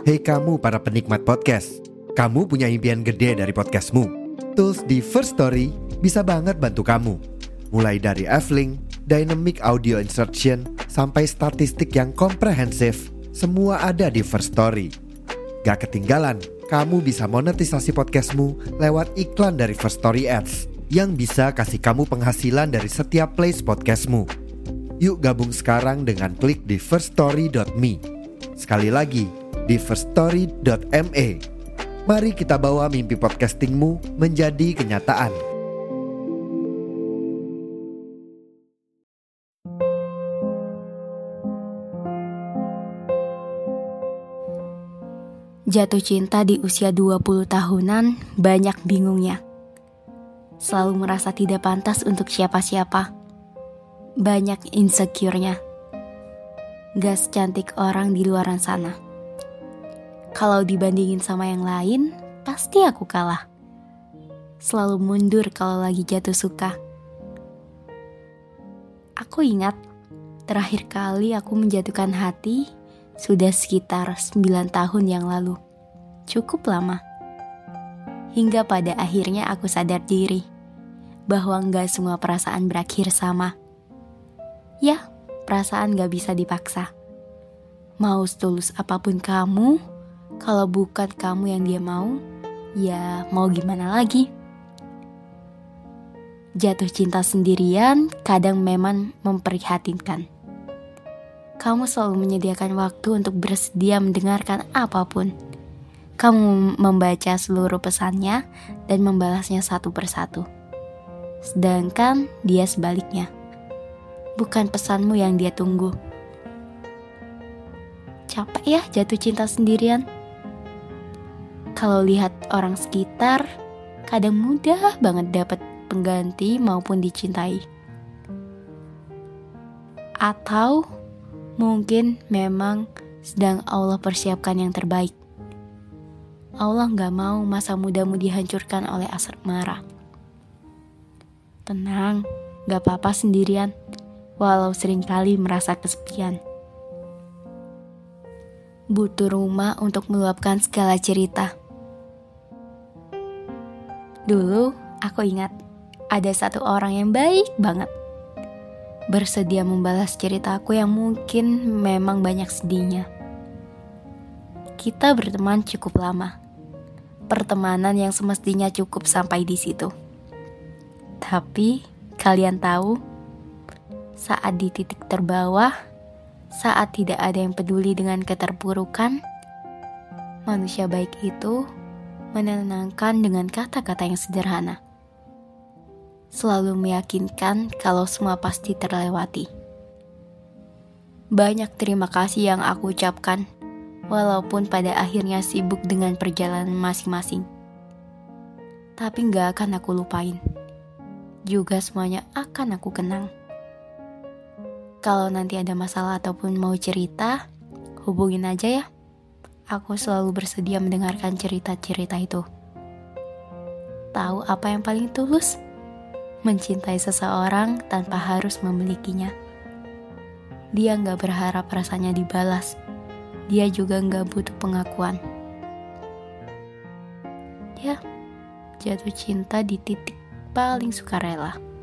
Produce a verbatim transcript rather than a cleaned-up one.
Hei kamu para penikmat podcast, kamu punya impian gede dari podcastmu. Tools di First Story bisa banget bantu kamu. Mulai dari F-Link, Dynamic Audio Insertion, sampai statistik yang komprehensif, semua ada di First Story. Gak ketinggalan, kamu bisa monetisasi podcastmu lewat iklan dari First Story Ads yang bisa kasih kamu penghasilan dari setiap plays podcastmu. Yuk gabung sekarang dengan klik di first story dot me. Sekali lagi, di first story dot me. Mari kita bawa mimpi podcastingmu menjadi kenyataan. Jatuh cinta di usia dua puluh tahunan banyak bingungnya. Selalu merasa tidak pantas untuk siapa-siapa. Banyak insecure-nya. Gak secantik orang di luaran sana. Kalau dibandingin sama yang lain, pasti aku kalah. Selalu mundur kalau lagi jatuh suka. Aku ingat, terakhir kali aku menjatuhkan hati sudah sekitar sembilan tahun yang lalu. Cukup lama. Hingga pada akhirnya aku sadar diri bahwa gak semua perasaan berakhir sama. Ya, perasaan gak bisa dipaksa. Mau setulus apapun kamu, kalau bukan kamu yang dia mau, ya mau gimana lagi? Jatuh cinta sendirian kadang memang memprihatinkan. Kamu selalu menyediakan waktu untuk bersedia mendengarkan apapun. Kamu membaca seluruh pesannya dan membalasnya satu persatu. Sedangkan dia sebaliknya. Bukan pesanmu yang dia tunggu. Capek ya jatuh cinta sendirian. Kalau lihat orang sekitar, kadang mudah banget dapat pengganti maupun dicintai. Atau mungkin memang sedang Allah persiapkan yang terbaik. Allah gak mau masa mudamu dihancurkan oleh asmara. Tenang, gak apa-apa sendirian, walau seringkali merasa kesepian. Butuh rumah untuk meluapkan segala cerita. Dulu, aku ingat, ada satu orang yang baik banget. Bersedia membalas ceritaku yang mungkin memang banyak sedihnya. Kita berteman cukup lama. Pertemanan yang semestinya cukup sampai di situ. Tapi, kalian tahu, saat di titik terbawah, saat tidak ada yang peduli dengan keterpurukan, manusia baik itu menenangkan dengan kata-kata yang sederhana. Selalu meyakinkan kalau semua pasti terlewati. Banyak terima kasih yang aku ucapkan, walaupun pada akhirnya sibuk dengan perjalanan masing-masing. Tapi gak akan aku lupain. Juga semuanya akan aku kenang. Kalau nanti ada masalah ataupun mau cerita, hubungin aja ya. Aku selalu bersedia mendengarkan cerita-cerita itu. Tahu apa yang paling tulus? Mencintai seseorang tanpa harus memilikinya. Dia gak berharap rasanya dibalas. Dia juga gak butuh pengakuan. Ya, jatuh cinta di titik paling sukarela.